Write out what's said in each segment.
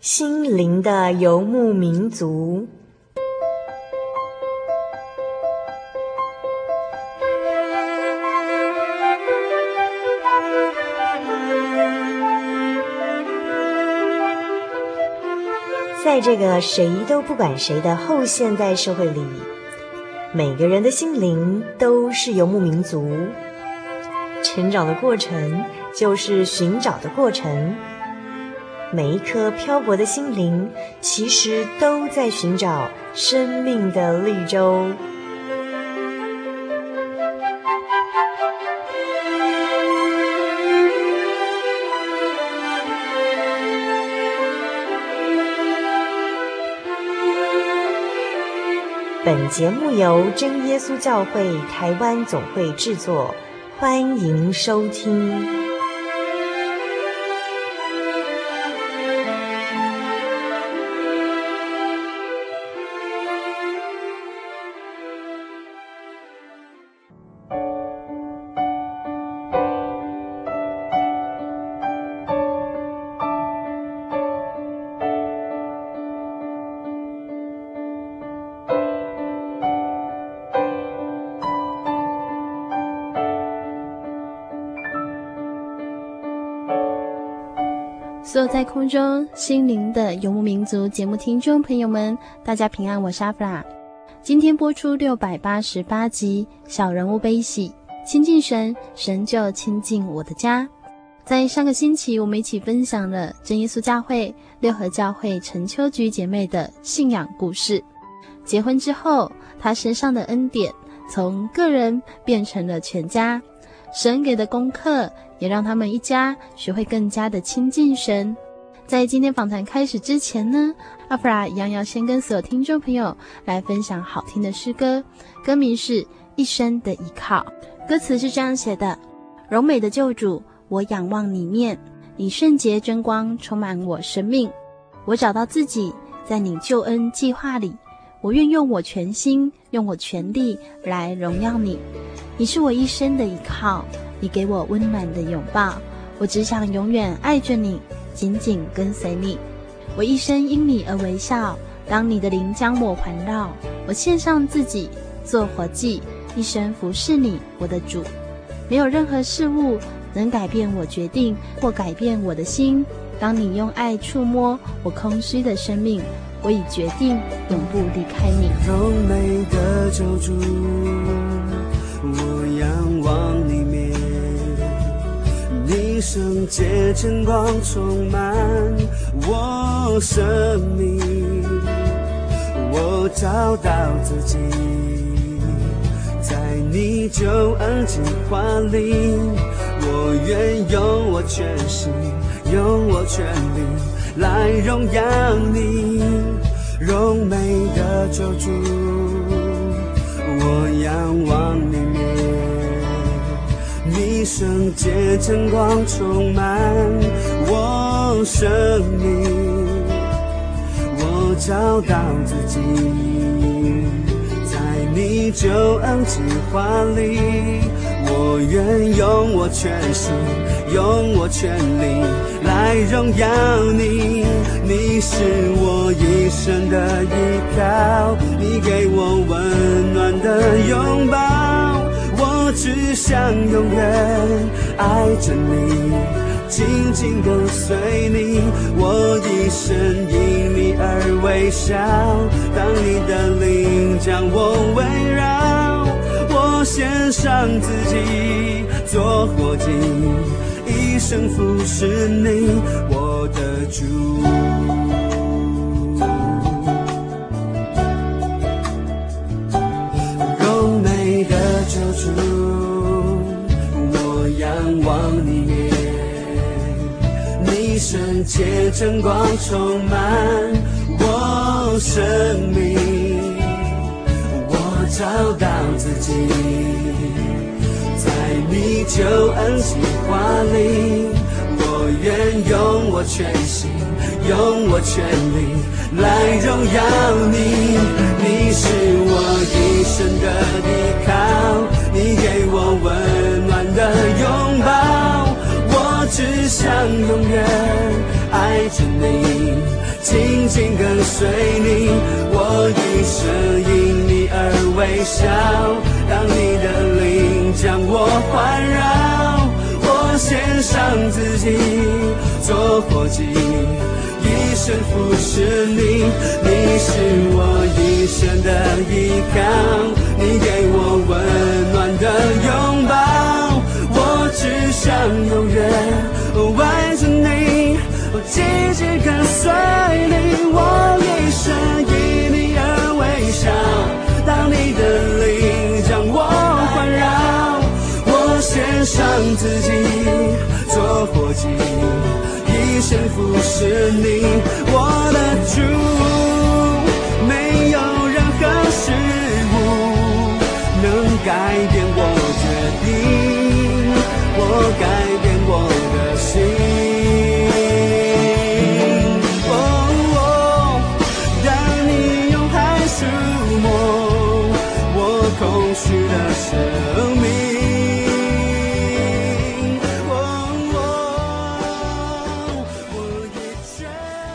心灵的游牧民族。在这个谁都不管谁的后现代社会里，每个人的心灵都是游牧民族。成长的过程就是寻找的过程，每一颗漂泊的心灵其实都在寻找生命的绿洲。本节目由真耶稣教会台湾总会制作，欢迎收听。 所有在空中心灵的游牧民族节目听众朋友们，大家平安，我是阿弗拉。今天播出688集小人物悲喜，亲近神，神就亲近我的家。在上个星期我们一起分享了真耶稣教会六合教会陈秋菊姐妹的信仰故事。结婚之后，她身上的恩典从个人变成了全家，神给的功课也让他们一家学会更加的亲近神。在今天访谈开始之前呢，阿弗拉一样要先跟所有听众朋友来分享好听的诗歌，歌名是一生的依靠。歌词是这样写的：柔美的救主，我仰望你面，你圣洁真光充满我生命，我找到自己在你救恩计划里，我愿用我全心，用我全力来荣耀你。你是我一生的依靠，你给我温暖的拥抱，我只想永远爱着你，紧紧跟随你。我一生因你而微笑，当你的灵将我环绕，我献上自己做活祭，一生服侍你，我的主。没有任何事物能改变我决定或改变我的心，当你用爱触摸我空虚的生命，我已决定永不离开你。 柔美的救主，我仰望你面，你圣洁真光充满我生命，我找到自己在你救恩计划里，我愿用我全心，用我全力来荣耀你。柔美的救主，我仰望你面，你圣洁真光充满我生命，我找到自己在你救恩计划里，我愿用我全心，用我全力来荣耀你。你是我一生的依靠，你给我温暖的拥抱，我只想永远爱着你，紧紧跟随你。我一生因你而微笑，当你的灵将我围绕，我献上自己做活祭，一生服侍你，我的主。柔美的救主，我仰望你面，你圣洁真光充满我生命，我找到自己在你救恩计划里，我愿用我全心，用我全力来荣耀你。你是我一生的依靠，你给我温暖的拥抱，我只想永远爱着你， 紧紧跟随你，我一生因你而微笑。当你的灵将我环绕，我献上自己做活祭，一生服侍你。你是我一生的依靠，你给我温暖的拥抱，我只想永远爱着你，紧紧跟随你，我一生因你而微笑。当你的灵将我环绕，我献上自己做活祭，一生服侍你，我的主。没有任何事物能改变我决定，我改变我的心。当你用海触摸我空虚的生命，我已决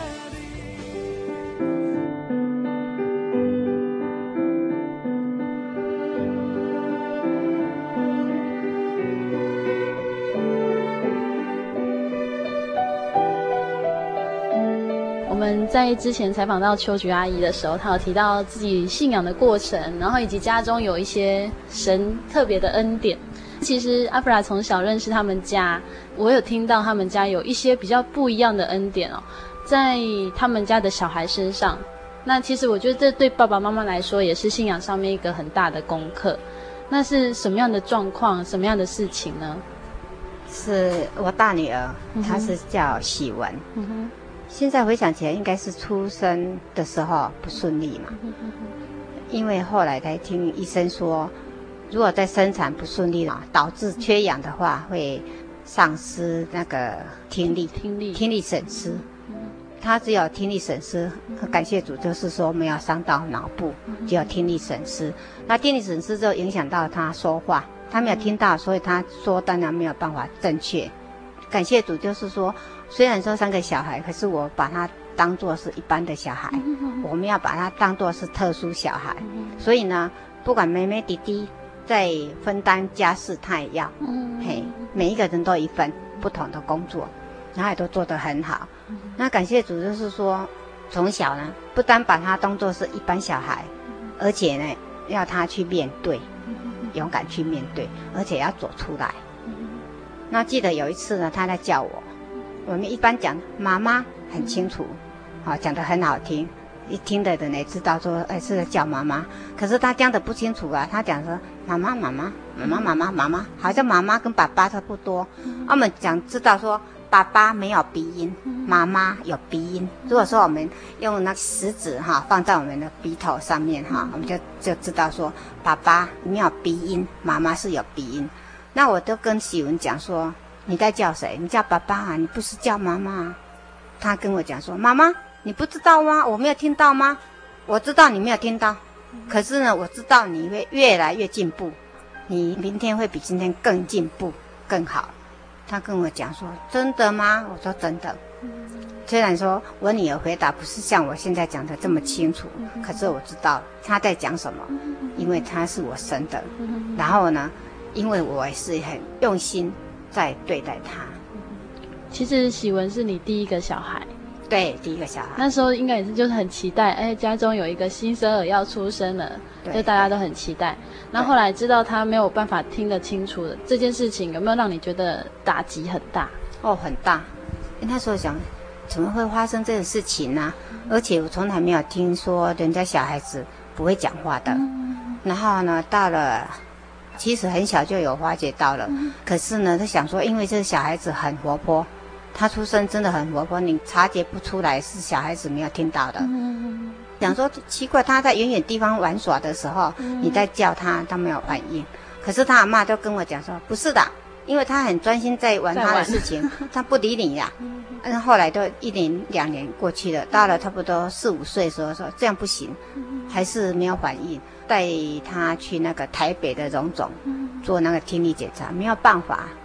我们在之前采访到秋菊阿姨的时候，她有提到自己信仰的过程，然后以及家中有一些神特别的恩典。其实阿弗拉从小认识他们家，我有听到他们家有一些比较不一样的恩典哦，在他们家的小孩身上。那其实我觉得这对爸爸妈妈来说也是信仰上面一个很大的功课。那是什么样的状况，什么样的事情呢？ 是我大女儿，她是叫喜文。现在回想起来，应该是出生的时候不顺利嘛，因为后来才听医生说，如果在生产不顺利了，导致缺氧的话，会丧失那个听力损失。他只有听力损失，感谢主，就是说没有伤到脑部，只有听力损失。那听力损失就影响到他说话，他没有听到，所以他说当然没有办法正确。感谢主，就是说虽然说3个小孩，可是我把他当作是一般的小孩，我们要把他当作是特殊小孩。所以呢，不管妹妹弟弟在分担家事，他也要，每一个人都一份不同的工作，然后也都做得很好。那感谢主，就是说从小呢，不单把他当作是一般小孩，而且呢，要他去面对，勇敢去面对，而且要走出来。那记得有一次呢，他在叫我们一般讲妈妈很清楚，讲得很好听，一听的人也知道说，是在叫妈妈。可是他讲得不清楚啊，他讲说妈妈妈妈妈妈妈妈妈妈，好像妈妈跟爸爸差不多。我们讲知道说爸爸没有鼻音，妈妈有鼻音。如果说我们用那食指放在我们的鼻头上面我们就知道说爸爸没有鼻音，妈妈是有鼻音。那我都跟喜文讲说，你在叫谁？你叫爸爸啊，你不是叫妈妈啊。他跟我讲说，妈妈你不知道吗？我没有听到吗？我知道你没有听到，可是呢，我知道你会越来越进步，你明天会比今天更进步更好。他跟我讲说，真的吗？我说真的。虽然说我女儿回答不是像我现在讲的这么清楚，可是我知道她在讲什么，因为她是我生的。然后呢，因为我也是很用心在对待她。 其实喜文是你第一个小孩。 对，第一个小孩。 那时候应该也是就是很期待，家中有一个新生儿要出生了，就大家都很期待。那后来知道他没有办法听得清楚的这件事情，有没有让你觉得打击很大？ 很大。那时候想，怎么会发生这种事情呢？而且我从来没有听说人家小孩子不会讲话的。然后呢，到了其实很小就有发觉到了，可是呢，他想说，因为这个小孩子很活泼。他出生真的很活泼，你察觉不出来是小孩子没有听到的。想说奇怪，他在远远地方玩耍的时候，你在叫他，他没有反应。可是他阿嬷都跟我讲说，不是的，因为他很专心在玩他的事情，他不理你呀。后来都1年2年过去了，到了差不多4、5岁的时候说这样不行，还是没有反应，带他去那个台北的荣总做那个听力检查，没有办法。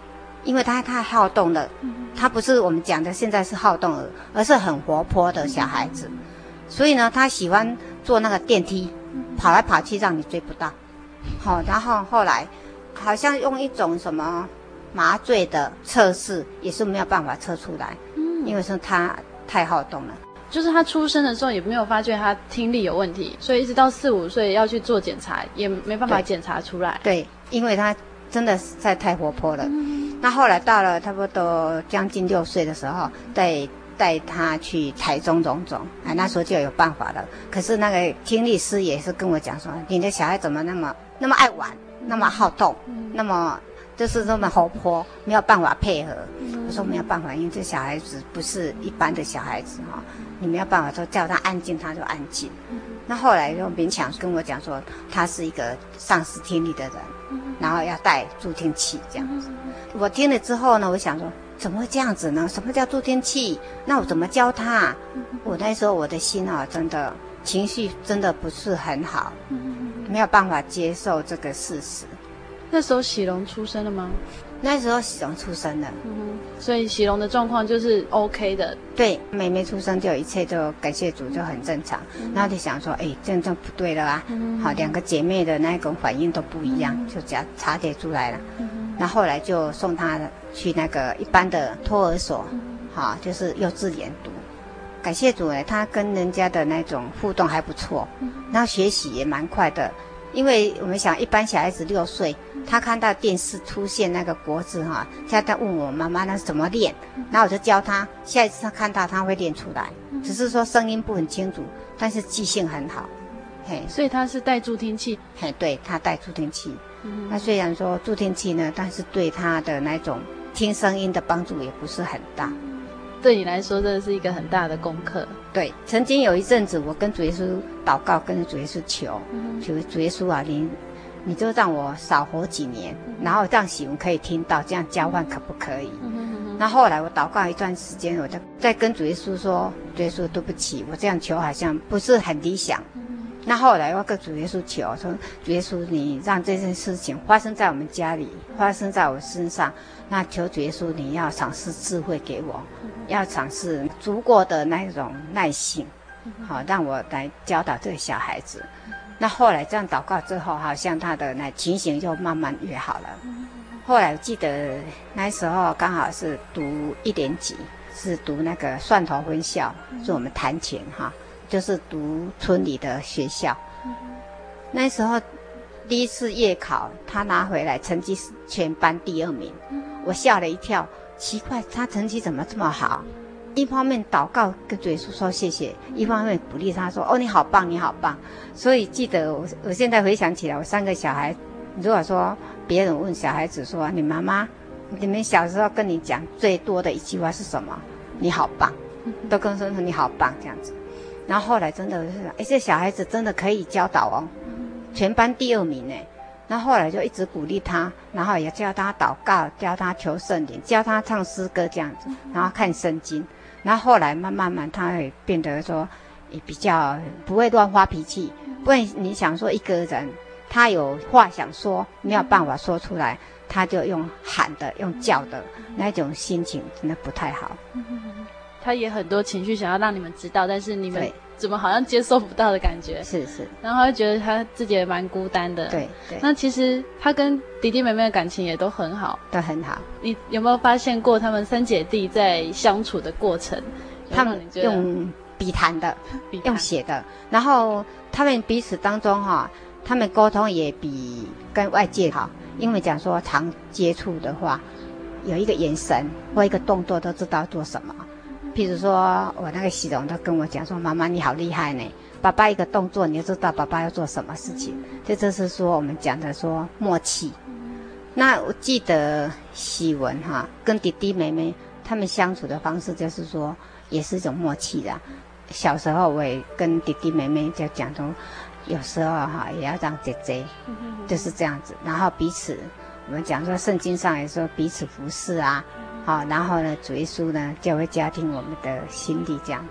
因为他太好动了，他不是我们讲的现在是好动儿，而是很活泼的小孩子，所以呢，他喜欢坐那个电梯，跑来跑去让你追不到。好，然后后来好像用一种什么麻醉的测试，也是没有办法测出来，因为是他太好动了。 就是他出生的时候也没有发觉他听力有问题，所以一直到4、5岁要去做检查，也没办法检查出来。 对，因为他真的实在太活泼了。那后来到了差不多将近6岁的时候，带他去台中荣总，那时候就有办法了。可是那个听力师也是跟我讲说，你的小孩怎么那么爱玩，那么好动，那么就是那么活泼，没有办法配合。我说没有办法，因为这小孩子不是一般的小孩子哈，你没有办法说叫他安静他就安静。那后来就勉强跟我讲说，他是一个丧失听力的人，然后要带助听器这样子。我听了之后呢，我想说怎么会这样子呢？什么叫助听器？那我怎么教他？我那时候我的心啊，真的情绪真的不是很好，没有办法接受这个事实。 那时候喜隆出生了吗？ 那时候喜隆出生了， 所以喜隆的状况就是 OK 的。 对，妹妹出生就一切就感谢主，就很正常。然后就想说，这样不对了啊！好，2个姐妹的那种反应都不一样，就察觉出来了。那后来就送她去那个一般的托儿所，好，就是幼稚园读。感谢主呢，她跟人家的那种互动还不错，然后学习也蛮快的。因为我们想，一般小孩子6岁，他看到电视出现那个国字哈，现在他问我妈妈那是怎么练，然后我就教他，下一次他看到他会练出来，只是说声音不很清楚，但是记性很好。嘿， 所以他是带助听器。 嘿，对，他带助听器。那虽然说助听器呢，但是对他的那种听声音的帮助也不是很大。 对你来说，这是一个很大的功课。 对，曾经有一阵子，我跟主耶稣祷告，跟主耶稣求，主耶稣啊，你就让我少活几年，然后让喜文可以听到，这样交换可不可以？那后来我祷告一段时间，我就再跟主耶稣说，主耶稣对不起，我这样求好像不是很理想。那后来我跟主耶稣求说，主耶稣，你让这件事情发生在我们家里，发生在我身上，那求主耶稣你要赏赐智慧给我，要赏赐足够的那种耐性，好让我来教导这个小孩子。那后来这样祷告之后，好像他的那情形就慢慢越好了。后来我记得那时候刚好是读1年级，是读那个蒜头分校，是我们弹琴哈，就是读村里的学校。那时候第一次夜考，他拿回来成绩是全班第2名，我吓了一跳，奇怪他成绩怎么这么好？一方面祷告跟主耶稣说谢谢，一方面鼓励他说哦你好棒你好棒。所以记得我现在回想起来，我3个小孩，如果说别人问小孩子说你妈妈你们小时候跟你讲最多的一句话是什么？你好棒，都跟说你好棒这样子。然后后来真的是这小孩子真的可以教导哦，全班第2名哎。然后后来就一直鼓励他，然后也教他祷告，教他求圣灵，教他唱诗歌这样子，然后看圣经。然后后来慢慢他也变得说也比较不会乱发脾气。不然你想说一个人他有话想说没有办法说出来，他就用喊的用叫的，那种心情真的不太好。 他也很多情绪想要让你们知道，但是你们怎么好像接收不到的感觉。 是， 然后他会觉得他自己也蛮孤单的。 对， 那其实他跟弟弟妹妹的感情也都很好。 都很好。 你有没有发现过他们3姐弟在相处的过程？ 他们用笔谈的，用写的，然后他们彼此当中他们沟通也比跟外界好，因为讲说常接触的话，有一个眼神或一个动作都知道做什么。譬如说我那个喜荣都跟我讲说，妈妈你好厉害呢，爸爸一个动作你就知道爸爸要做什么事情。这就是说我们讲的说默契。那我记得喜文跟弟弟妹妹他们相处的方式就是说也是一种默契的。小时候我也跟弟弟妹妹就讲说，有时候也要让姐姐，就是这样子。然后彼此，我们讲说圣经上也说彼此服侍啊，然后呢主耶稣呢教会家庭我们的心力这样。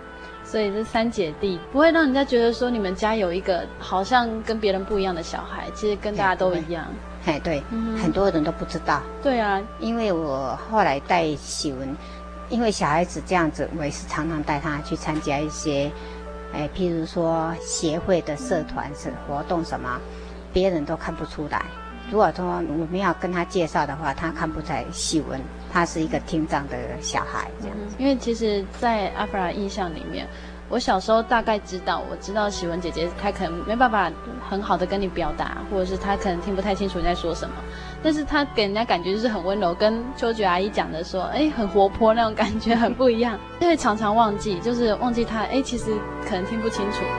所以这3姐弟不会让人家觉得说你们家有一个好像跟别人不一样的小孩，其实跟大家都一样。 对，很多人都不知道。 对啊， 因为我后来带喜文，因为小孩子这样子，我也是常常带他去参加一些，譬如说协会的社团活动什么，别人都看不出来。如果说我们要跟他介绍的话，他看不出来喜文他是一个听障的小孩这样。 因为其实，在阿弗拉印象里面，我小时候大概我知道喜文姐姐她可能没办法很好的跟你表达，或者是她可能听不太清楚你在说什么，但是她给人家感觉就是很温柔，跟秋菊阿姨讲的说，很活泼那种感觉很不一样，因为常常忘记，就是忘记她，其实可能听不清楚。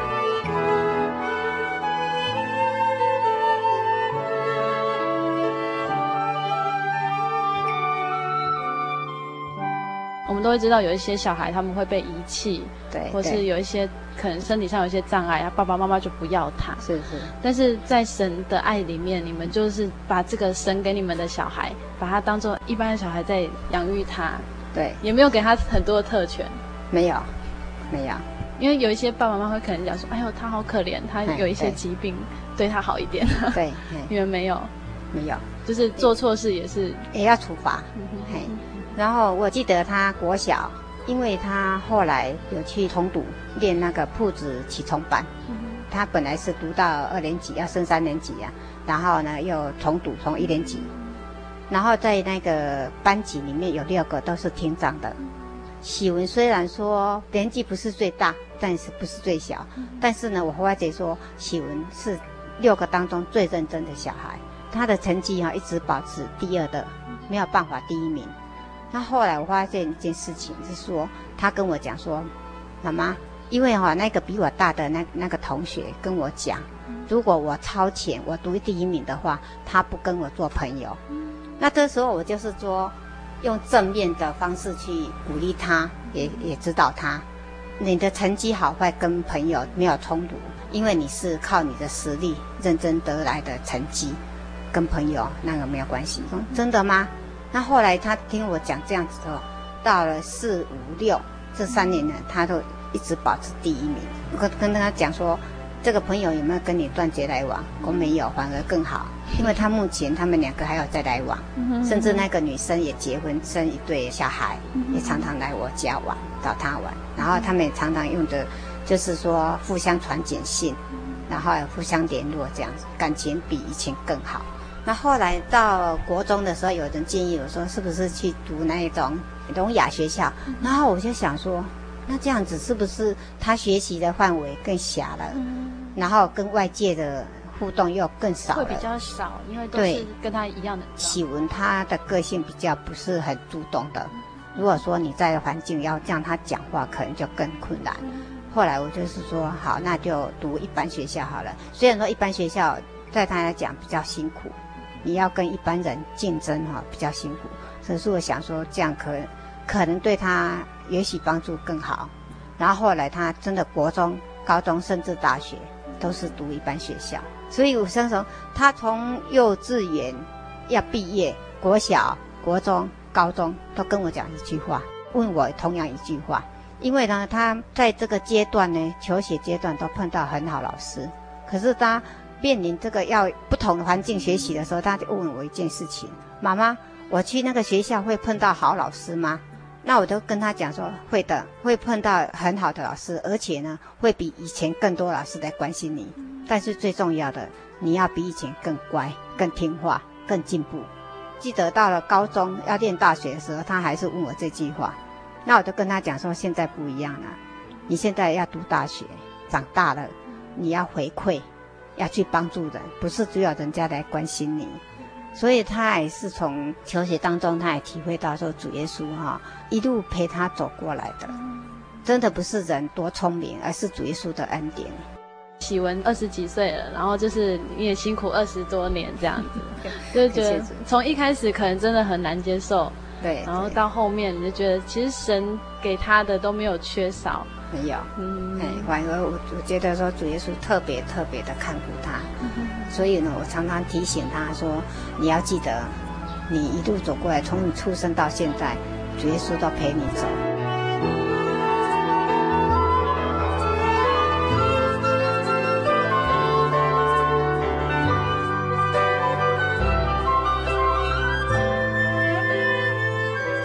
我们都会知道有一些小孩他们会被遗弃， 对， 或是有一些可能身体上有一些障碍，爸爸妈妈就不要他。 是。 但是在神的爱里面，你们就是把这个神给你们的小孩，把他当做一般的小孩在养育他。 对， 也没有给他很多的特权。 没有。 因为有一些爸爸妈妈会可能讲说，哎呦，他好可怜，他有一些疾病，对他好一点。 对， 你们没有，就是做错事也要处罚。然后我记得他国小，因为他后来有去重读练那个铺子起重班，他本来是读到2年级，要升3年级啊，然后呢又重读从1年级，然后在那个班级里面有6个都是听障的。喜文虽然说年纪不是最大，但是不是最小，但是呢，我发觉说喜文是6个当中最认真的小孩，他的成绩一直保持第2的，没有办法第1名。那后来我发现一件事情是说，他跟我讲说，妈妈，因为那个比我大的那个同学跟我讲，如果我超前，我读第1名的话，他不跟我做朋友。那这时候我就是说，用正面的方式去鼓励他，也指导他，你的成绩好坏跟朋友没有冲突，因为你是靠你的实力认真得来的成绩，跟朋友那个没有关系。真的吗？那后来他听我讲这样子后，到了4、5、6这3年呢，他都一直保持第1名。我跟他讲说，这个朋友有没有跟你断绝来往？我没有，反而更好，因为他目前他们2个还有在来往，甚至那个女生也结婚生1对小孩，也常常来我家玩，找他玩。然后他们也常常用的就是说互相传简讯，然后互相联络这样子，感情比以前更好。那后来到国中的时候，有人建议我说，是不是去读那种聋哑学校？然后我就想说，那这样子是不是他学习的范围更狭了？然后跟外界的互动又更少了， 会比较少，因为都是跟他一样的。 喜文他的个性比较不是很主动的，如果说你在环境要让他讲话，可能就更困难。后来我就是说，好，那就读一般学校好了。虽然说一般学校对他来讲比较辛苦，你要跟一般人竞争比较辛苦，可是我想说这样可能对他也许帮助更好。然后后来他真的国中、高中甚至大学都是读一般学校，所以我相信他从幼稚园要毕业，国小、国中、高中都跟我讲一句话，问我同样一句话。因为呢，他在这个阶段呢，求学阶段都碰到很好老师，可是他面临这个要不同的环境学习的时候，他就问我一件事情：妈妈，我去那个学校会碰到好老师吗？那我就跟他讲说，会的，会碰到很好的老师，而且呢，会比以前更多老师来关心你。但是最重要的，你要比以前更乖、更听话、更进步。记得到了高中要念大学的时候，他还是问我这句话。那我就跟他讲说，现在不一样了，你现在要读大学，长大了，你要回馈，要去帮助人，不是只有人家来关心你。所以他也是从求学当中，他也体会到说，主耶稣一路陪他走过来的，真的不是人多聪明，而是主耶稣的恩典。 喜文20几岁了，然后就是你也辛苦20多年这样子，就是觉得从一开始可能真的很难接受， 对， 然后到后面你就觉得其实神给他的都没有缺少， 没有，反而我觉得说主耶稣特别特别的看顾他，所以呢，我常常提醒他说，你要记得，你一路走过来，从你出生到现在，主耶稣都陪你走。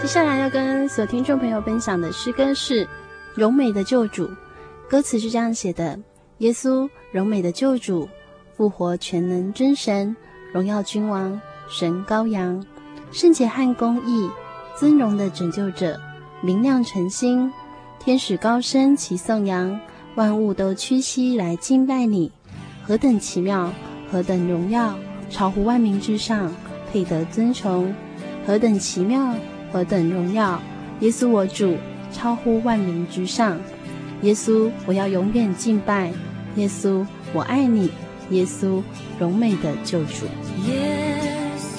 接下来要跟所有听众朋友分享的诗歌是《荣美的救主》，歌词是这样写的：耶稣，荣美的救主，复活全能真神，荣耀君王，神羔羊，圣洁和公义，尊荣的拯救者，明亮晨星，天使高声齐颂扬，万物都屈膝来敬拜你，何等奇妙，何等荣耀，超乎万民之上，配得尊崇，何等奇妙，何等荣耀，耶稣我主，超乎万民之上。耶稣，我要永远敬拜，耶稣，我爱你，耶稣，荣美的救主。 耶稣，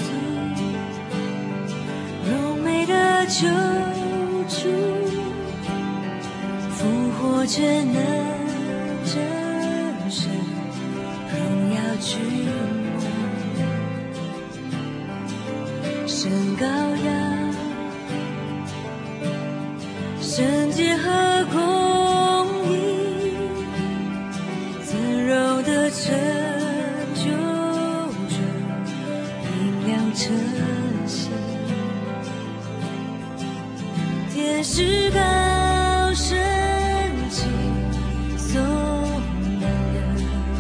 荣美的救主，复活全能真神，荣耀君王，神羔羊，圣洁和公义，尊荣的拯救者，明亮晨星，天使高声齐颂扬，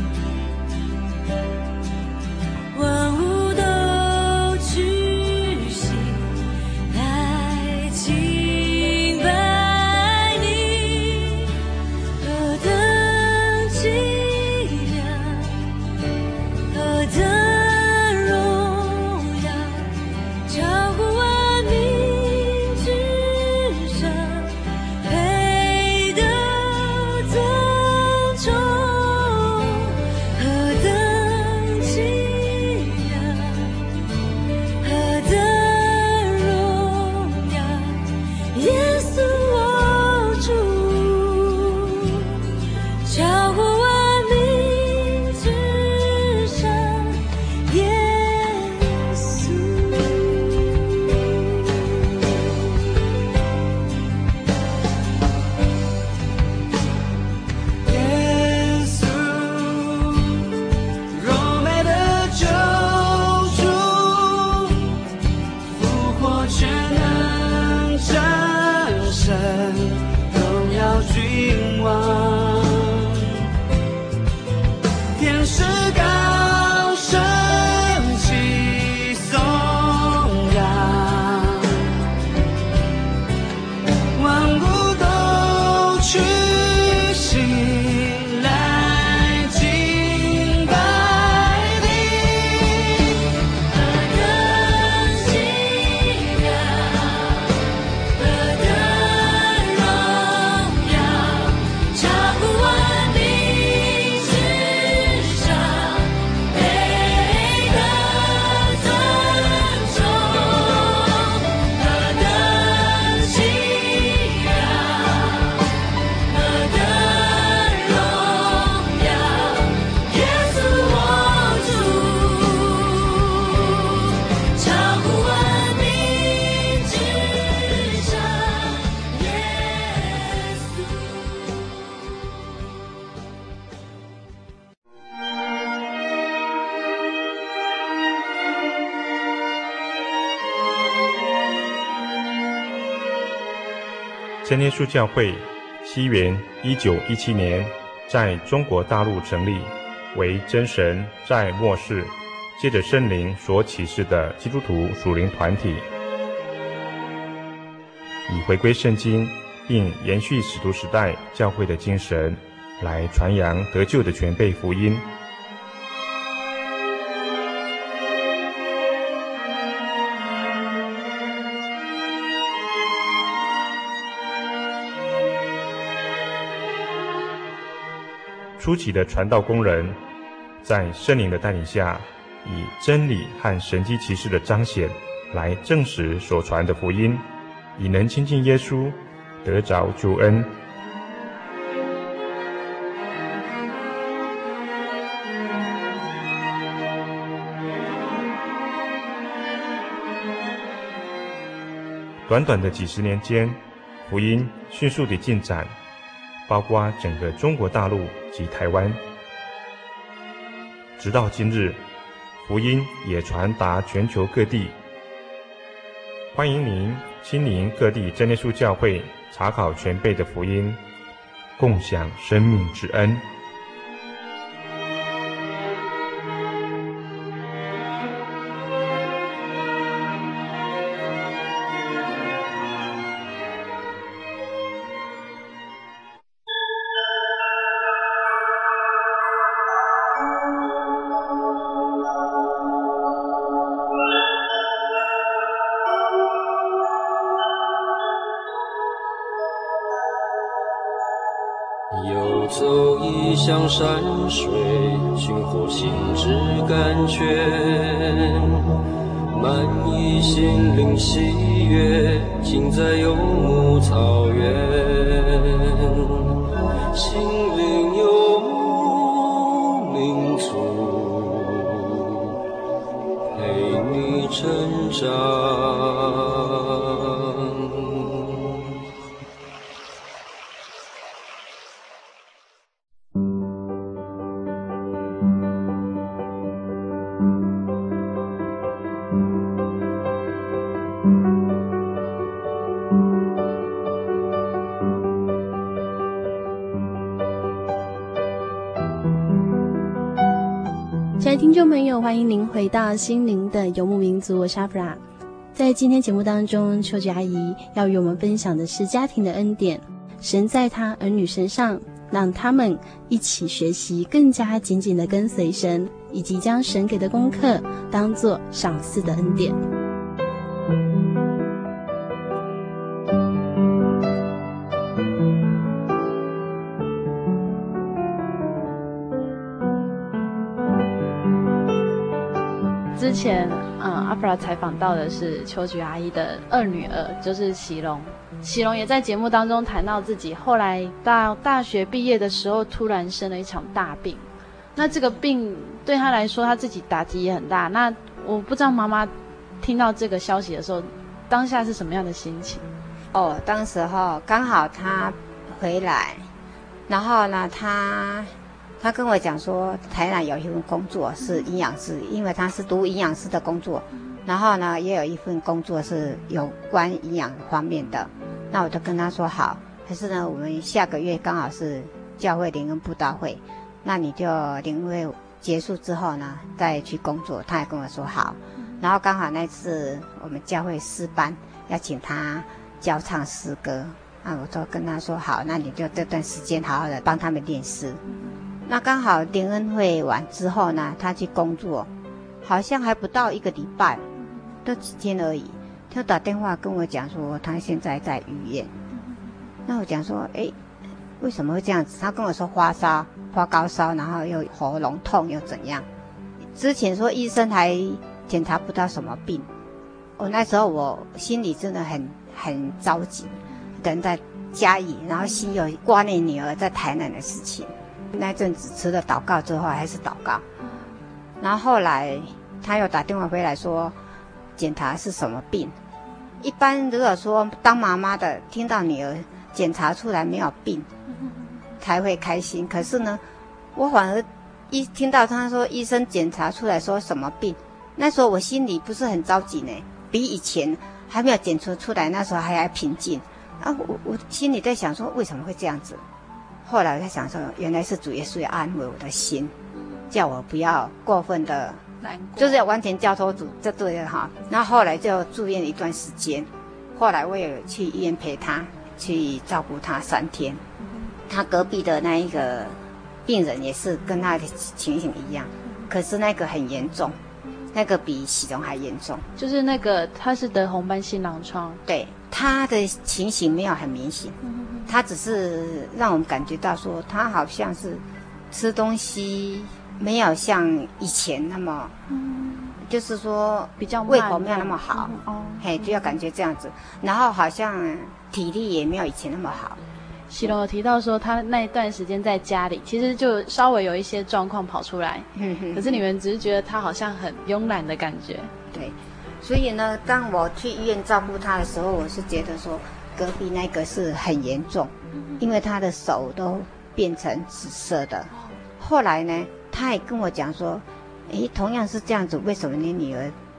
万物都屈膝来敬拜你，何等奇妙，何等荣耀，超乎万民之上，配得尊崇，何等奇妙，何等荣耀，耶稣我主，超乎万民之上，耶稣。 耶稣，荣美的救主，复活全能真神，荣耀君王，天使高声齐颂扬，万物都屈膝来敬拜你， 何等奇妙，何等荣耀，超乎万民之上，配得尊崇，何等奇妙，何等荣耀，耶稣我主，超乎万民之上，耶真耶稣教会西元1917年在中国大陆成立，为真神在末世借着圣灵所启示的基督徒属灵团体，以回归圣经并延续使徒时代教会的精神，来传扬得救的全备福音。初期的传道工人，在圣灵的带领下，以真理和神迹奇事的彰显，来证实所传的福音，以能亲近耶稣，得着救恩。短短的几十年间，福音迅速地进展，包括整个中国大陆及台湾。直到今日，福音也传达全球各地。欢迎您亲临各地真耶稣教会查考全备的福音，共享生命之恩。 游走异乡山水，寻获心之甘泉，满溢心灵喜悦，尽在游牧草原。心灵游牧民族，陪你成长。 亲爱的听众朋友，欢迎您回到心灵的游牧民族，我是阿弗拉。在今天节目当中，秋菊阿姨要与我们分享的是家庭的恩典，神在他儿女身上，让他们一起学习更加紧紧的跟随神，以及将神给的功课当作赏赐的恩典。 之前阿弗拉采访到的是秋菊阿姨的二女儿，就是喜龙。喜龙也在节目当中谈到自己后来到大学毕业的时候，突然生了一场大病。那这个病对他来说，他自己打击也很大。那我不知道妈妈听到这个消息的时候，当下是什么样的心情？ 当时候刚好他回来，然后呢，他跟我讲说，台南有一份工作是营养师，因为他是读营养师的工作，然后呢，也有一份工作是有关营养方面的。那我就跟他说好，可是呢，我们下个月刚好是教会灵恩布道会，那你就灵恩会结束之后呢，再去工作。他也跟我说好，然后刚好那次我们教会诗班要请他教唱诗歌，那我就跟他说好，那你就这段时间好好的帮他们练诗。那刚好灵恩会完之后呢，他去工作，好像还不到1个礼拜，都几天而已，他打电话跟我讲说他现在在医院。那我讲说为什么会这样子？他跟我说发烧、发高烧，然后又喉咙痛又怎样。之前说医生还检查不到什么病，那时候我心里真的很着急，人在嘉义，然后心有挂念女儿在台南的事情。那阵子除了祷告之后还是祷告，然后后来他又打电话回来说检查是什么病。一般如果说当妈妈的听到女儿检查出来没有病才会开心，可是呢我反而一听到他说医生检查出来说什么病，那时候我心里不是很着急呢，比以前还没有检测出来那时候还平静我心里在想说为什么会这样子。后来我在想说，原来是主耶稣要安慰我的心，叫我不要过分的难过，就是要完全交托主，这对了哈。然后后来就住院一段时间，后来我也去医院陪他，去照顾他3天。他隔壁的那一个病人也是跟他的情形一样，可是那个很严重，那个比喜荣还严重。 就是那个他是得红斑性狼疮， 对，他的情形没有很明显。他只是让我们感觉到说他好像是吃东西没有像以前那么就是说比较胃口没有那么好就要感觉这样子，然后好像体力也没有以前那么好。 喜龙有提到说他那一段时间在家里其实就稍微有一些状况跑出来可是你们只是觉得他好像很慵懒的感觉。 对，所以呢当我去医院照顾他的时候，我是觉得说隔壁那个是很严重，因为他的手都变成紫色的。后来呢他也跟我讲说同样是这样子，为什么你女儿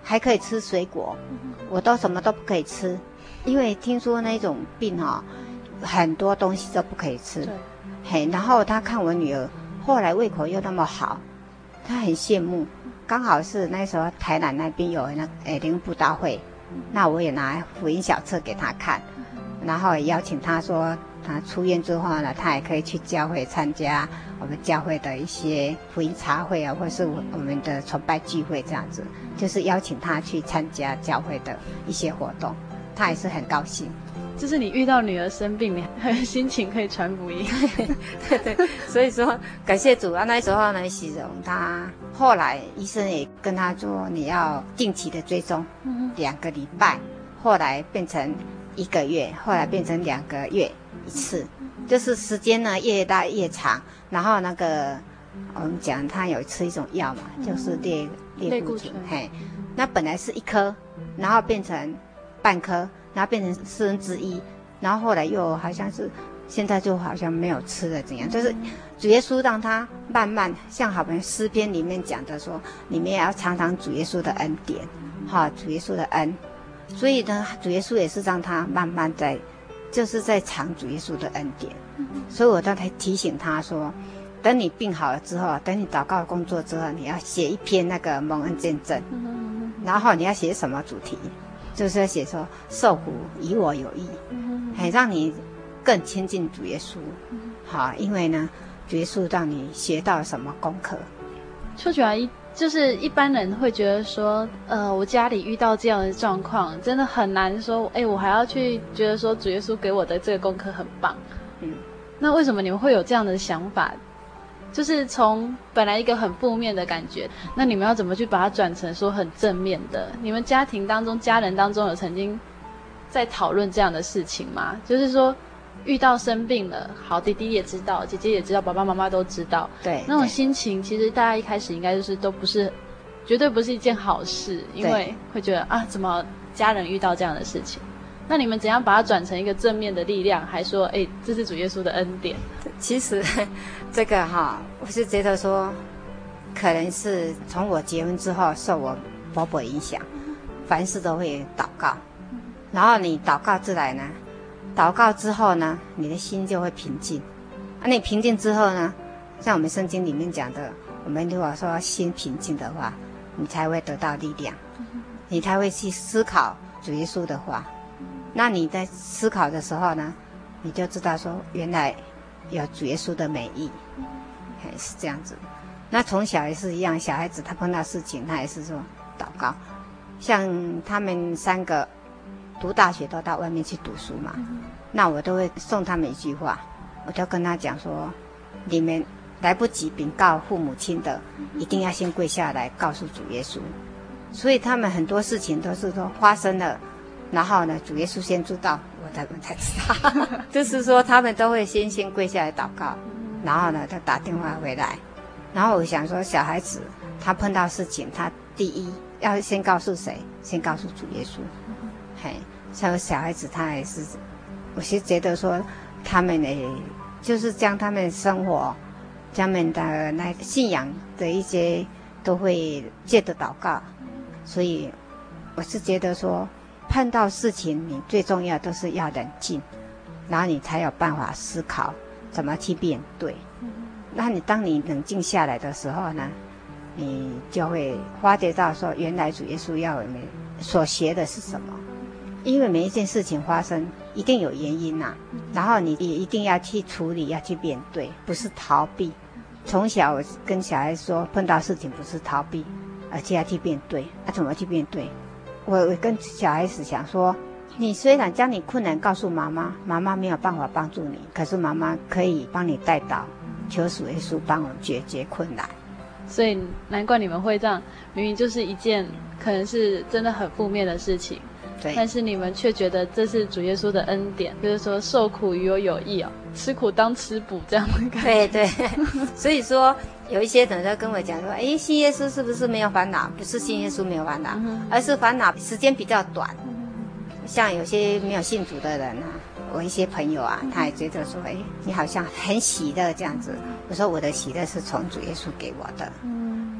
还可以吃水果，我都什么都不可以吃，因为听说那种病很多东西都不可以吃。嘿，然后他看我女儿后来胃口又那么好，他很羡慕。刚好是那时候台南那边有灵布道会，那我也拿福音小册给他看，然后也邀请他说，他出院之后呢，他也可以去教会参加我们教会的一些福音茶会啊，或是我们的崇拜聚会这样子，就是邀请他去参加教会的一些活动，他也是很高兴。 就是你遇到女儿生病，你还有心情可以传福音。 对，所以说感谢主啊！那时候呢，喜荣他后来医生也跟他说，你要定期的追踪，2个礼拜，后来变成1个月，后来变成2个月一次，就是时间呢越大越长。然后那个我们讲他有吃一种药嘛，就是类固醇，嘿，那本来是1颗，然后变成半颗。然后变成1/4，然后后来又好像是现在就好像没有吃了怎样，就是主耶稣让他慢慢像好像诗篇里面讲的说，你们也要尝尝主耶稣的恩典，主耶稣的恩，所以呢主耶稣也是让他慢慢就是在尝主耶稣的恩典，所以我刚才提醒他说，等你病好了之后，等你祷告工作之后，你要写一篇那个蒙恩见证，然后你要写什么主题，就是要写说受苦与我有益，让你更亲近主耶稣，因为呢主耶稣让你学到什么功课。 秋菊阿姨，就是一般人会觉得说，我家里遇到这样的状况，真的很难说，我还要去觉得说主耶稣给我的这个功课很棒。那为什么你们会有这样的想法？就是从本来一个很负面的感觉，那你们要怎么去把它转成说很正面的？你们家庭当中、家人当中有曾经在讨论这样的事情吗？就是说遇到生病了，好，弟弟也知道，姐姐也知道，爸爸妈妈都知道， 对， 那种心情其实大家一开始应该就是都不是，绝对不是一件好事，因为会觉得怎么家人遇到这样的事情？那你们怎样把它转成一个正面的力量，还说这是主耶稣的恩典？ 其实这个我是觉得说，可能是从我结婚之后受我婆婆影响，凡事都会祷告，然后你祷告之来呢，祷告之后呢，你的心就会平静，你平静之后呢，像我们圣经里面讲的，我们如果说心平静的话，你才会得到力量，你才会去思考主耶稣的话。那你在思考的时候呢，你就知道说原来有主耶稣的美意，是这样子。那从小也是一样，小孩子他碰到事情，他也是说祷告。像他们3个读大学都到外面去读书嘛，那我都会送他们一句话，我就跟他讲说，你们来不及禀告父母亲的，一定要先跪下来告诉主耶稣。所以他们很多事情都是说发生了，然后呢，主耶稣先知道，我们才知道。就是说，他们都会先跪下来祷告，然后呢，他打电话回来。然后我想说，小孩子他碰到事情，他第一要先告诉谁？先告诉主耶稣。像小孩子他也是，我是觉得说，他们就是将他们生活、他们的那信仰的一些，都会借着祷告。所以，我是觉得说，碰到事情，你最重要都是要冷静，然后你才有办法思考怎么去面对。那你当你冷静下来的时候呢，你就会发觉到说，原来主耶稣要我们所学的是什么。因为每一件事情发生一定有原因啊，然后你也一定要去处理，要去面对，不是逃避。从小我跟小孩说，碰到事情不是逃避，而且要去面对。怎么去面对？我跟小孩子想说，你虽然将你困难告诉妈妈，妈妈没有办法帮助你，可是妈妈可以帮你带导，求主耶稣帮我们解决困难。 所以难怪你们会这样，明明就是一件可能是真的很负面的事情， 对， 但是你们却觉得这是主耶稣的恩典，就是说受苦与我有益吃苦当吃补这样的感觉。 对，所以说有一些人就跟我讲说，信耶稣是不是没有烦恼？不是信耶稣没有烦恼，而是烦恼时间比较短。像有些没有信主的人啊，我一些朋友啊，他也觉得说，你好像很喜乐这样子。我说我的喜乐是从主耶稣给我的，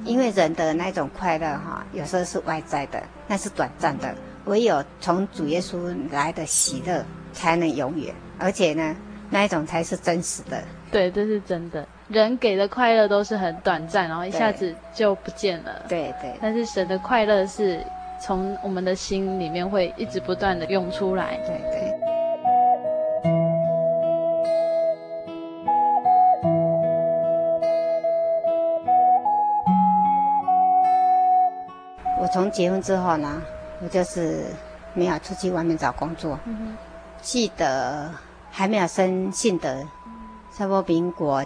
因为人的那种快乐哈，有时候是外在的，那是短暂的，唯有从主耶稣来的喜乐才能永远，而且呢，那一种才是真实的。 对，这是真的。人给的快乐都是很短暂，然后一下子就不见了。 对对。 但是神的快乐是从我们的心里面会一直不断的涌出来。 对对。我从结婚之后呢，我就是没有出去外面找工作。记得还没有生信德，差不多民国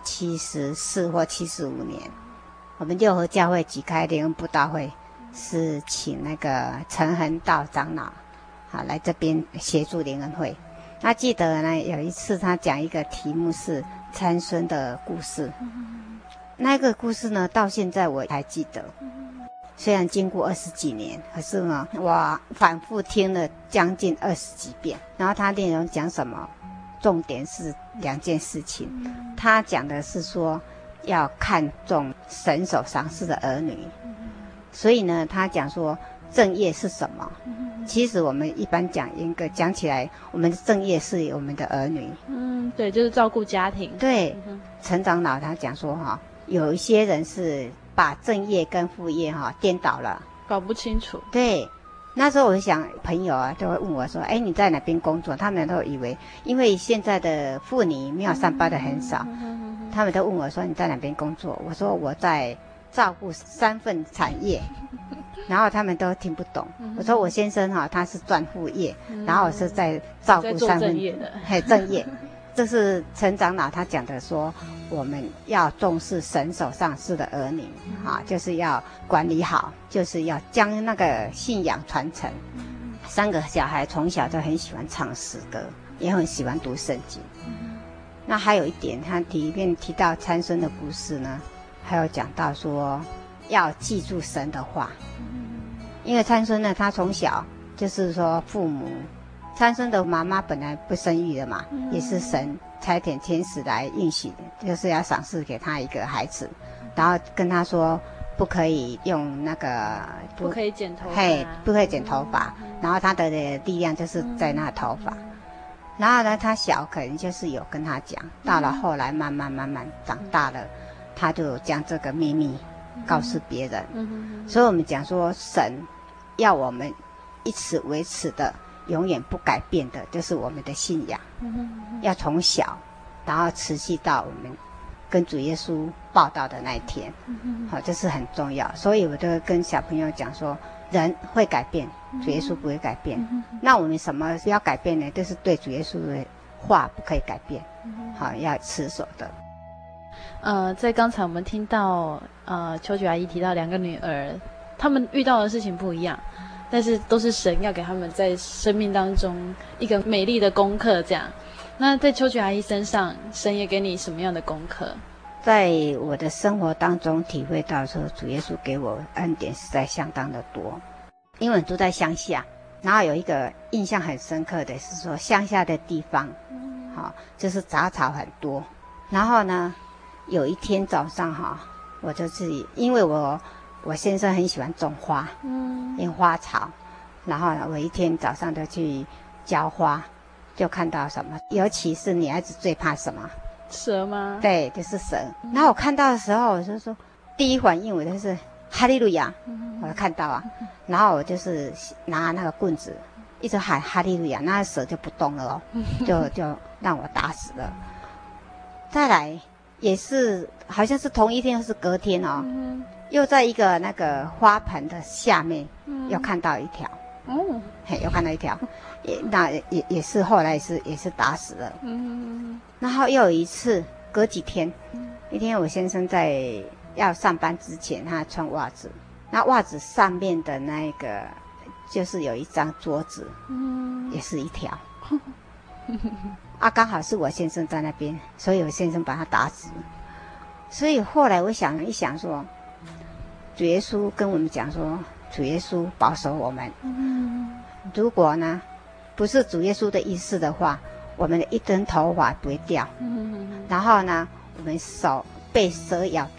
74或75年，我们六合教会举开联恩布道会，是请那个陈恒道长老好来这边协助联恩会。那记得呢，有一次他讲一个题目是参孙的故事，那个故事呢到现在我还记得。虽然经过20几年，可是呢，我反复听了将近20几遍。然后他内容讲什么？重点是2件事情。他讲的是说要看重神所赏赐的儿女，所以呢，他讲说正业是什么？其实我们一般讲严格讲起来，我们的正业是我们的儿女。 对，就是照顾家庭。 对，陈长老他讲说哈，有一些人是把正业跟副业颠倒了， 搞不清楚。 对，那时候我想朋友啊都会问我说，哎，你在哪边工作？他们都以为，因为现在的妇女没有上班的很少，他们都问我说你在哪边工作？我说我在照顾3份产业，然后他们都听不懂。我说我先生他是赚副业，然后我是在照顾3份正业的， 正业。这是陈长老他讲的说，我们要重视神手上赐的儿女就是要管理好，就是要将那个信仰传承。3个小孩从小就很喜欢唱诗歌，也很喜欢读圣经。那还有一点，他里面提到参孙的故事呢，还有讲到说要记住神的话，因为参孙呢，他从小就是说父母。参孙的妈妈本来不生育的嘛，也是神差遣天使来应许，就是要赏赐给他一个孩子，然后跟他说不可以用那个不可以剪头发， 不可以剪头发，然后他的力量就是在那头发。然后呢，他小可能就是有跟他讲，到了后来慢慢长大了，他就将这个秘密告诉别人。所以我们讲说，神要我们一直维持的。永远不改变的就是我们的信仰，要从小然后持续到我们跟主耶稣报道的那一天，这是很重要。所以我都跟小朋友讲说，人会改变，主耶稣不会改变。那我们什么要改变呢？就是对主耶稣的话不可以改变，要持守的。 在刚才我们听到秋菊阿姨提到2个女儿，她们遇到的事情不一样，但是都是神要给他们在生命当中一个美丽的功课这样。那在秋菊阿姨身上，神也给你什么样的功课？ 在我的生活当中体会到说，主耶稣给我恩典实在相当的多。因为我住在乡下，然后有一个印象很深刻的是说，乡下的地方就是杂草很多。然后呢，有一天早上我就是因为我先生很喜欢种花，种花草，然后我一天早上都去浇花，就看到什么，尤其是女孩子最怕什么？ 蛇吗？ 对，就是蛇。然后我看到的时候，我就说，第一反应我就是哈利路亚，我看到啊，然后我就是拿那个棍子一直喊哈利路亚，那蛇就不动了就让我打死了。再来也是好像是同一天或是隔天又在一个那个花盆的下面又看到一条，又看到一条，也是后来也是打死了。然后又有一次隔几天，一天我先生在要上班之前，他穿袜子，那袜子上面的那个就是有一张桌子，也是一条。刚好是我先生在那边，所以我先生把他打死。所以后来我想一想说，主耶稣跟我们讲说，主耶稣保守我们。如果呢不是主耶稣的意思的话，我们的一根头发不会掉。然后呢，我们手被蛇咬到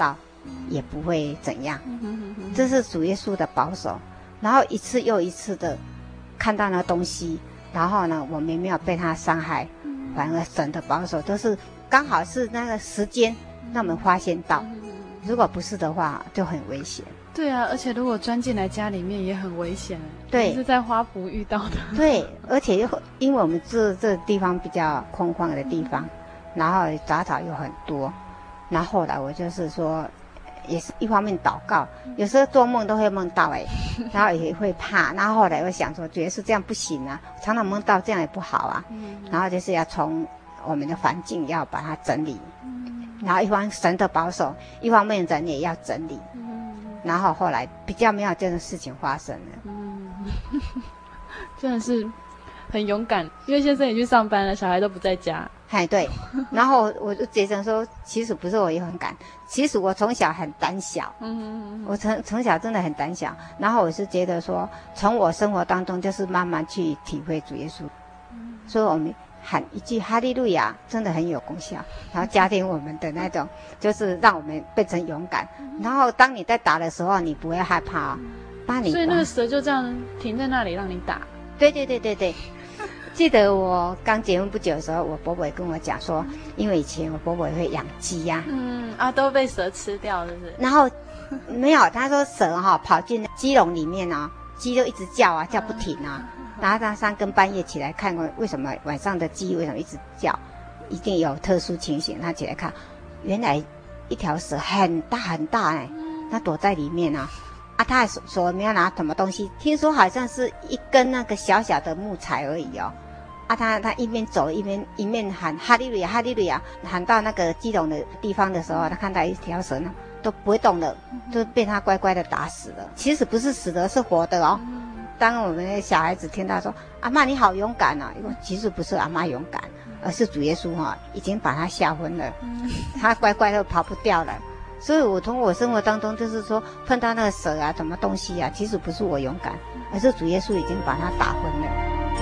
也不会怎样。这是主耶稣的保守。然后一次又一次的看到那东西，然后呢，我们没有被他伤害，反而神的保守都是刚好是那个时间让我们发现到，如果不是的话就很危险。 对啊，而且如果钻进来家里面也很危险。 对， 是在花圃遇到的。 对，而且又因为我们住这地方比较空旷的地方，然后杂草又很多，然后后来我就是说，也是一方面祷告，有时候做梦都会梦到然后也会怕，然后后来我想说，觉得是这样不行啊，常常梦到这样也不好啊，然后就是要从我们的环境要把它整理，然后一方面神的保守，一方面人也要整理。然后后来比较没有这种事情发生了。 真的是很勇敢，因为先生也去上班了，小孩都不在家。 对。然后我就觉得说，其实不是我也很敢，其实我从小很胆小。我从小真的很胆小。然后我是觉得说，从我生活当中就是慢慢去体会主耶稣。所以我们喊一句哈利路亚真的很有功效，然后加添我们的那种就是让我们变成勇敢。然后当你在打的时候你不会害怕所以那个蛇就这样停在那里让你打。 对。记得我刚结婚不久的时候，我伯伯也跟我讲说，因为以前我伯伯也会养鸡呀， 都被蛇吃掉是不是？ 然后没有，他说蛇跑进鸡笼里面鸡就一直叫啊，叫不停啊。然后他3更半夜起来看过，为什么晚上的鸡为什么一直叫？一定有特殊情形。他起来看，原来一条蛇很大很大他躲在里面他手没有拿什么东西，听说好像是一根那个小小的木材而已他一边走一面喊哈利路亚哈利路亚，喊到那个鸡笼的地方的时候，他看到一条蛇呢都不会动的，就被他乖乖的打死了。其实不是死的，是活的当我们的小孩子听到说阿嬷你好勇敢其实不是阿嬷勇敢，而是主耶稣已经把他吓昏了，他乖乖的跑不掉了。所以我从我生活当中就是说，碰到那个蛇啊什么东西其实不是我勇敢，而是主耶稣已经把他打昏了。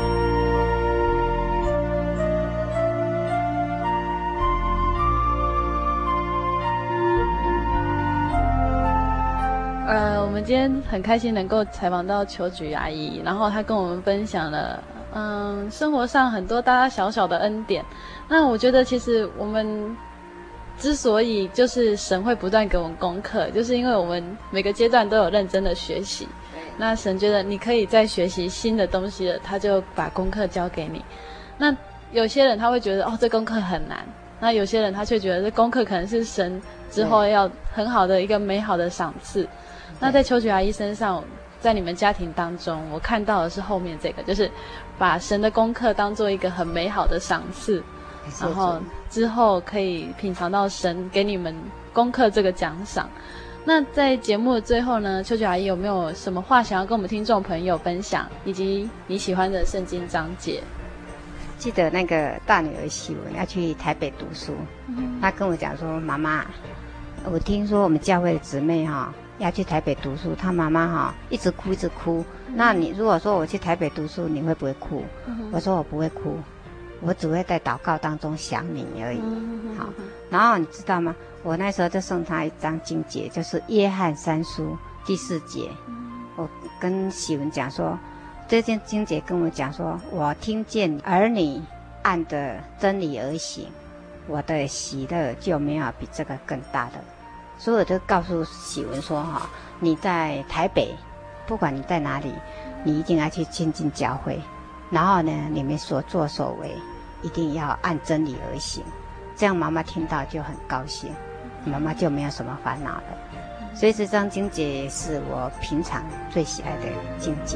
我们今天很开心能够采访到邱菊阿姨，然后她跟我们分享了生活上很多大大小小的恩典。那我觉得其实我们之所以就是神会不断给我们功课，就是因为我们每个阶段都有认真的学习。那神觉得你可以再学习新的东西了，他就把功课交给你。那有些人他会觉得这功课很难，那有些人他却觉得这功课可能是神之后要很好的一个美好的赏赐。那在邱菊阿姨身上，在你们家庭当中，我看到的是后面这个，就是把神的功课当做一个很美好的赏赐，然后之后可以品尝到神给你们功课这个奖赏。那在节目的最后呢，邱菊阿姨有没有什么话想要跟我们听众朋友分享，以及你喜欢的圣经章节？ 记得那个大女儿喜文要去台北读书，她跟我讲说，妈妈，我听说我们教会的姊妹要去台北读书，她妈妈一直哭一直哭。那你如果说我去台北读书，你会不会哭？我说我不会哭，我只会在祷告当中想你而已。好，然后你知道吗？我那时候就送她一张经节，就是约翰3书第4节。我跟喜文讲说，这件经节跟我讲说，我听见儿女按着真理而行，我的喜乐就没有比这个更大的。所以我就告诉喜文说你在台北，不管你在哪里，你一定要去亲近教会，然后呢，你们所作所为一定要按真理而行，这样妈妈听到就很高兴，妈妈就没有什么烦恼了。所以这张经节是我平常最喜爱的经节。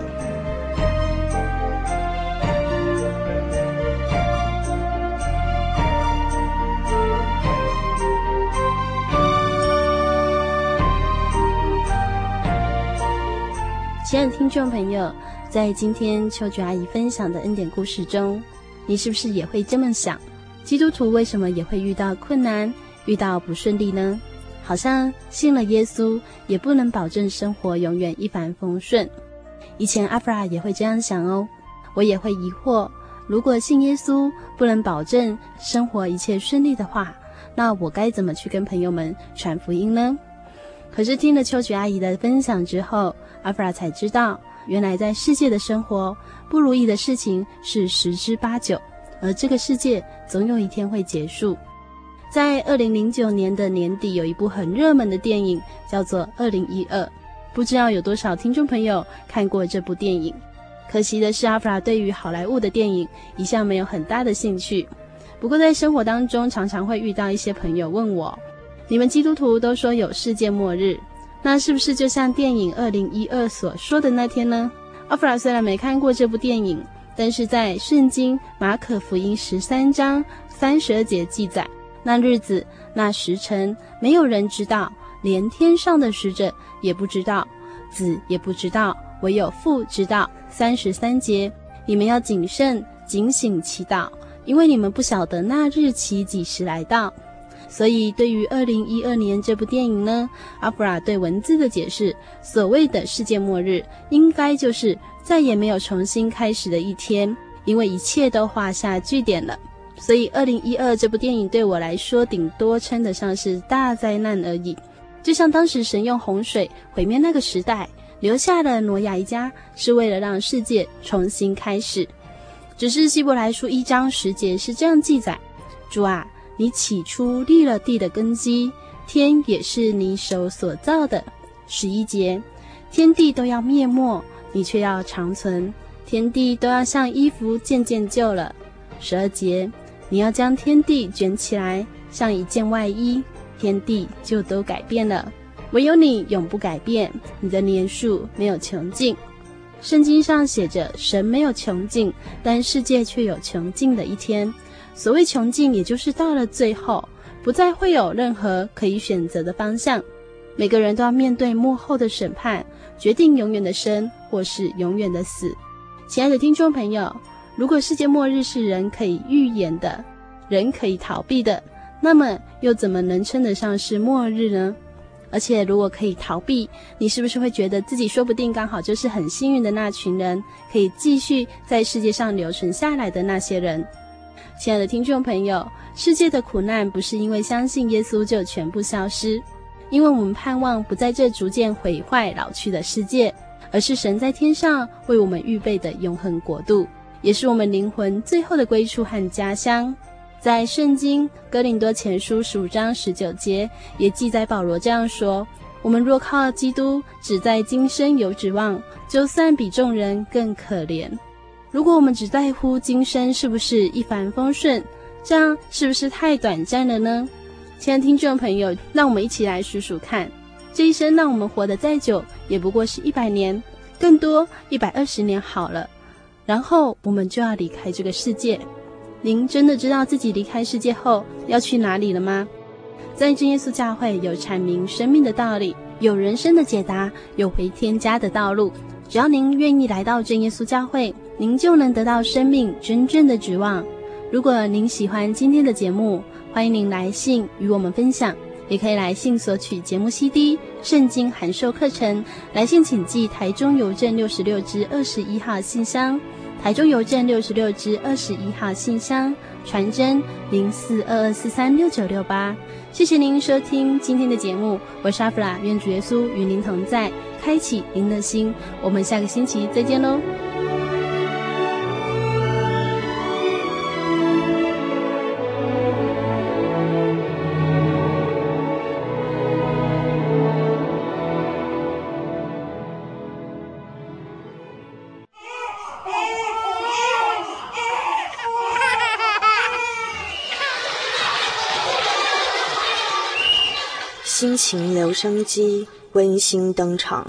亲爱的听众朋友，在今天邱菊阿姨分享的恩典故事中，你是不是也会这么想？基督徒为什么也会遇到困难，遇到不顺利呢？好像信了耶稣，也不能保证生活永远一帆风顺。以前阿弗拉也会这样想我也会疑惑，如果信耶稣不能保证生活一切顺利的话，那我该怎么去跟朋友们传福音呢？ 可是听了秋菊阿姨的分享之后，阿弗拉才知道，原来在世界的生活，不如意的事情是10之8九，而这个世界总有一天会结束。在2009年的年底，有一部很热门的电影叫做《2012》，不知道有多少听众朋友看过这部电影。可惜的是，阿弗拉对于好莱坞的电影一向没有很大的兴趣。不过在生活当中，常常会遇到一些朋友问我，你们基督徒都说有世界末日，那是不是就像电影2012所说的那天呢？阿弗拉虽然没看过这部电影，但是在圣经马可福音13章32节记载，那日子那时辰没有人知道，连天上的使者也不知道，子也不知道，唯有父知道。33节，你们要谨慎警醒祈祷，因为你们不晓得那日期几时来到。所以对于2012年这部电影呢，阿弗拉对文字的解释，所谓的世界末日应该就是再也没有重新开始的一天，因为一切都画下句点了。所以2012这部电影对我来说，顶多称得上是大灾难而已。就像当时神用洪水毁灭那个时代，留下了挪亚一家，是为了让世界重新开始。只是希伯来书1章10节是这样记载，主啊，你起初立了地的根基，天也是你手所造的。11节，天地都要灭没，你却要长存，天地都要像衣服渐渐旧了。12节，你要将天地卷起来，像一件外衣，天地就都改变了，唯有你永不改变，你的年数没有穷尽。圣经上写着，神没有穷尽，但世界却有穷尽的一天。所谓穷尽，也就是到了最后，不再会有任何可以选择的方向，每个人都要面对幕后的审判，决定永远的生或是永远的死。亲爱的听众朋友，如果世界末日是人可以预言的，人可以逃避的，那么又怎么能称得上是末日呢？而且如果可以逃避，你是不是会觉得自己说不定刚好就是很幸运的那群人，可以继续在世界上留存下来的那些人？亲爱的听众朋友，世界的苦难不是因为相信耶稣就全部消失，因为我们盼望不在这逐渐毁坏老去的世界，而是神在天上为我们预备的永恒国度，也是我们灵魂最后的归处和家乡。在圣经哥林多前书15章19节也记载保罗这样说，我们若靠基督只在今生有指望，就算比众人更可怜。如果我们只在乎今生是不是一帆风顺，这样是不是太短暂了呢？亲爱的听众朋友，让我们一起来数数看，这一生让我们活得再久，也不过是100年，更多120年好了，然后我们就要离开这个世界。您真的知道自己离开世界后要去哪里了吗？在真耶稣教会有阐明生命的道理，有人生的解答，有回天家的道路。只要您愿意来到真耶稣教会，您就能得到生命真正的指望。如果您喜欢今天的节目，欢迎您来信与我们分享，也可以来信索取节目 CD、圣经函授课程。来信请寄台中邮政66支21号信箱，台中邮政66支21号信箱，传真0422436968。谢谢您收听今天的节目，我是阿弗拉，愿主耶稣与您同在，开启您的心。我们下个星期再见喽。 心情留声机温馨登场。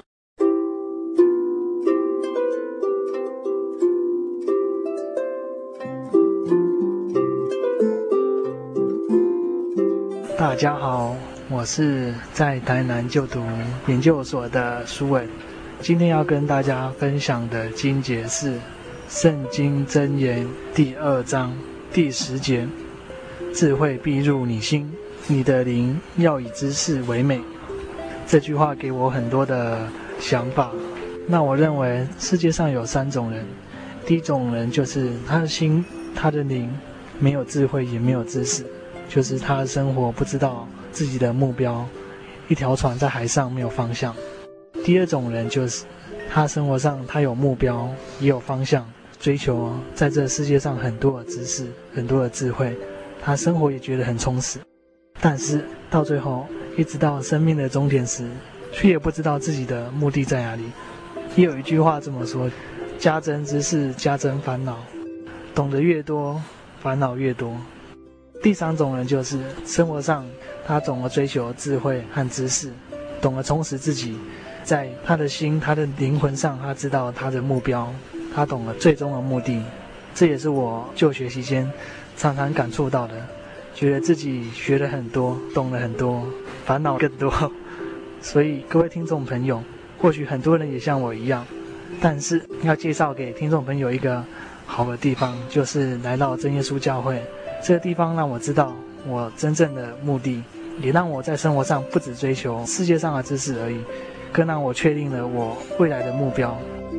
大家好，我是在台南就读研究所的苏伟，今天要跟大家分享的经节是圣经箴言第2章第10节，智慧必入你心，你的灵要以知识为美。这句话给我很多的想法。那我认为世界上有3种人，第一种人就是他的心，他的灵没有智慧也没有知识，就是他的生活不知道自己的目标， 一条船在海上没有方向。第二种人就是他生活上他有目标，也有方向，追求在这世界上很多的知识，很多的智慧，他生活也觉得很充实。但是到最后，一直到生命的终点时，却也不知道自己的目的在哪里。也有一句话这么说：加增知识，加增烦恼。懂得越多，烦恼越多。第三种人就是生活上他懂得追求智慧和知识，懂得充实自己，在他的心、他的灵魂上，他知道他的目标，他懂了最终的目的。这也是我就学期间常常感触到的，觉得自己学了很多，懂了很多，烦恼更多。所以各位听众朋友，或许很多人也像我一样，但是要介绍给听众朋友一个好的地方，就是来到真耶稣教会。这个地方让我知道我真正的目的，也让我在生活上不只追求世界上的知识而已，更让我确定了我未来的目标。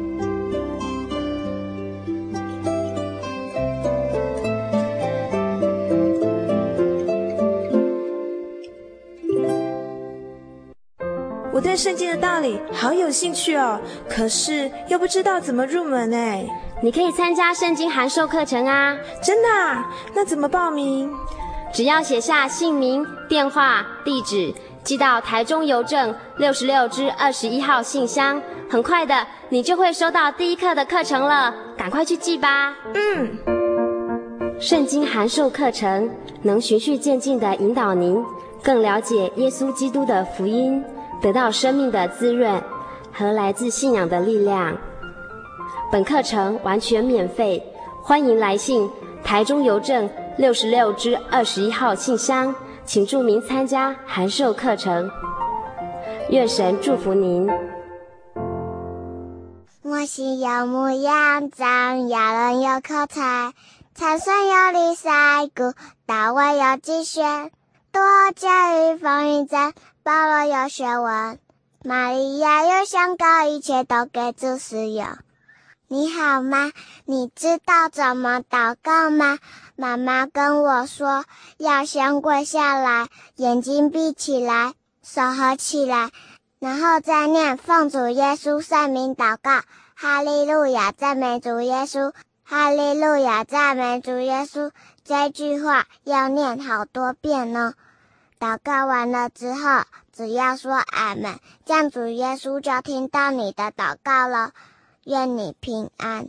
我对圣经的道理好有兴趣哦，可是又不知道怎么入门哎。 你可以参加圣经函授课程啊。 真的啊？那怎么报名？ 只要写下姓名、电话、地址，寄到台中邮政66支21号信箱，很快的你就会收到第一课的课程了，赶快去寄吧。圣经函授课程能循序渐进地引导您更了解耶稣基督的福音，得到生命的滋润和来自信仰的力量。本课程完全免费，欢迎来信台中邮政66支21号信箱，请注明参加函授课程。愿神祝福您。 我是有模样长，有人有口才，才算有理赛骨，大卫有机学，多加与风雨战，保罗有学问，玛利亚有香膏，一切都给主使用。你好吗？你知道怎么祷告吗？妈妈跟我说，要先跪下来，眼睛闭起来，手合起来，然后再念奉主耶稣圣名祷告，哈利路亚，赞美主耶稣，哈利路亚，赞美主耶稣。这句话要念好多遍哦。祷告完了之后，只要说阿们，这样主耶稣就听到你的祷告了。愿你平安。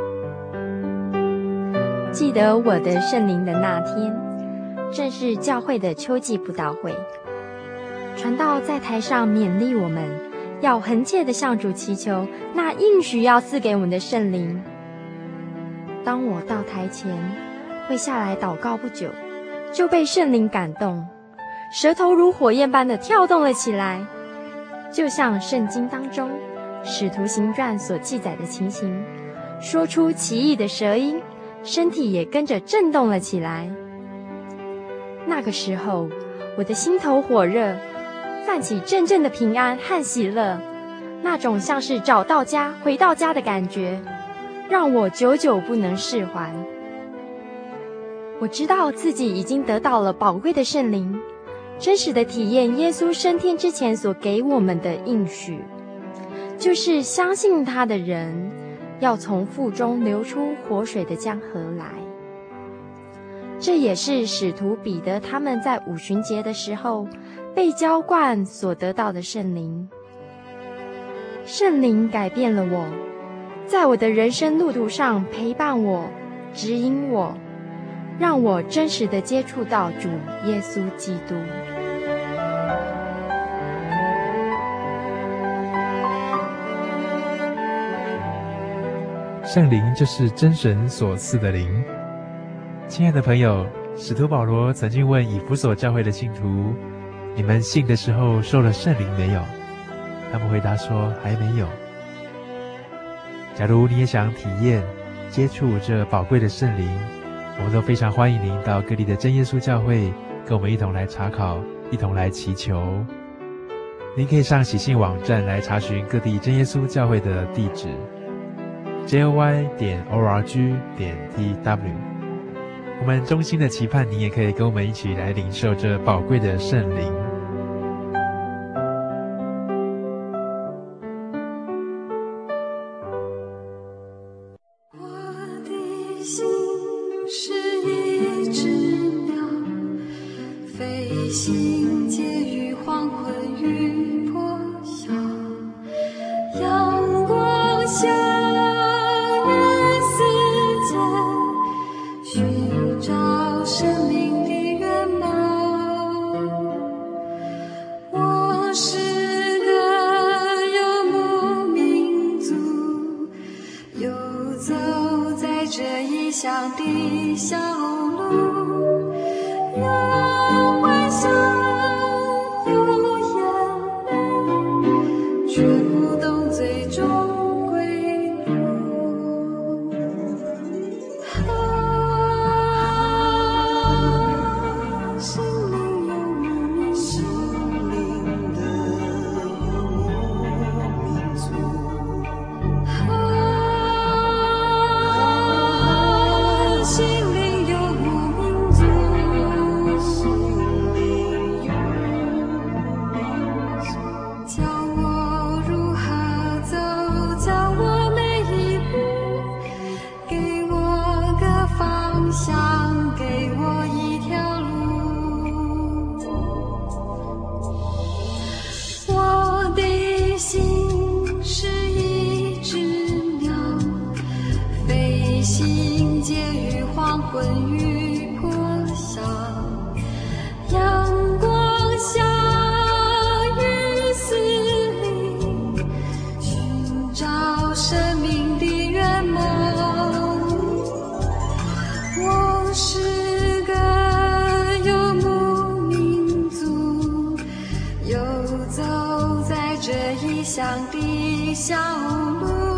记得我的圣灵的那天，正是教会的秋季布道会。传道在台上勉励我们，要恳切地向主祈求那应许要赐给我们的圣灵。当我到台前跪下来祷告不久，就被圣灵感动，舌头如火焰般的跳动了起来，就像圣经当中使徒行传所记载的情形，说出奇异的舌音，身体也跟着震动了起来。那个时候，我的心头火热，泛起阵阵的平安和喜乐，那种像是找到家、回到家的感觉，让我久久不能释怀。我知道自己已经得到了宝贵的圣灵，真实的体验耶稣升天之前所给我们的应许，就是相信他的人要从腹中流出活水的江河来。这也是使徒彼得他们在五旬节的时候被浇灌所得到的圣灵。圣灵改变了我，在我的人生路途上陪伴我，指引我，让我真实地接触到主耶稣基督。 圣灵就是真神所赐的灵。亲爱的朋友，使徒保罗曾经问以弗所教会的信徒，你们信的时候受了圣灵没有？他们回答说还没有。假如你也想体验接触这宝贵的圣灵，我们都非常欢迎您到各地的真耶稣教会跟我们一同来查考，一同来祈求。您可以上喜信网站来查询各地真耶稣教会的地址joy.org.tw。 我们衷心的期盼您也可以跟我们一起来领受这宝贵的圣灵。 乡的小路，有欢笑，有眼泪，却不懂最终归路。心灵游牧民族，心灵的游牧民族。心灵游牧民族，心灵游牧民族，教我如何走，教我每一步，给我个方向，给我一条路。我的心是一只鸟，飞行介于黄昏与破晓，阳光下雨丝里，寻找生命的圆梦。我是个游牧民族，游走在这异乡的小路。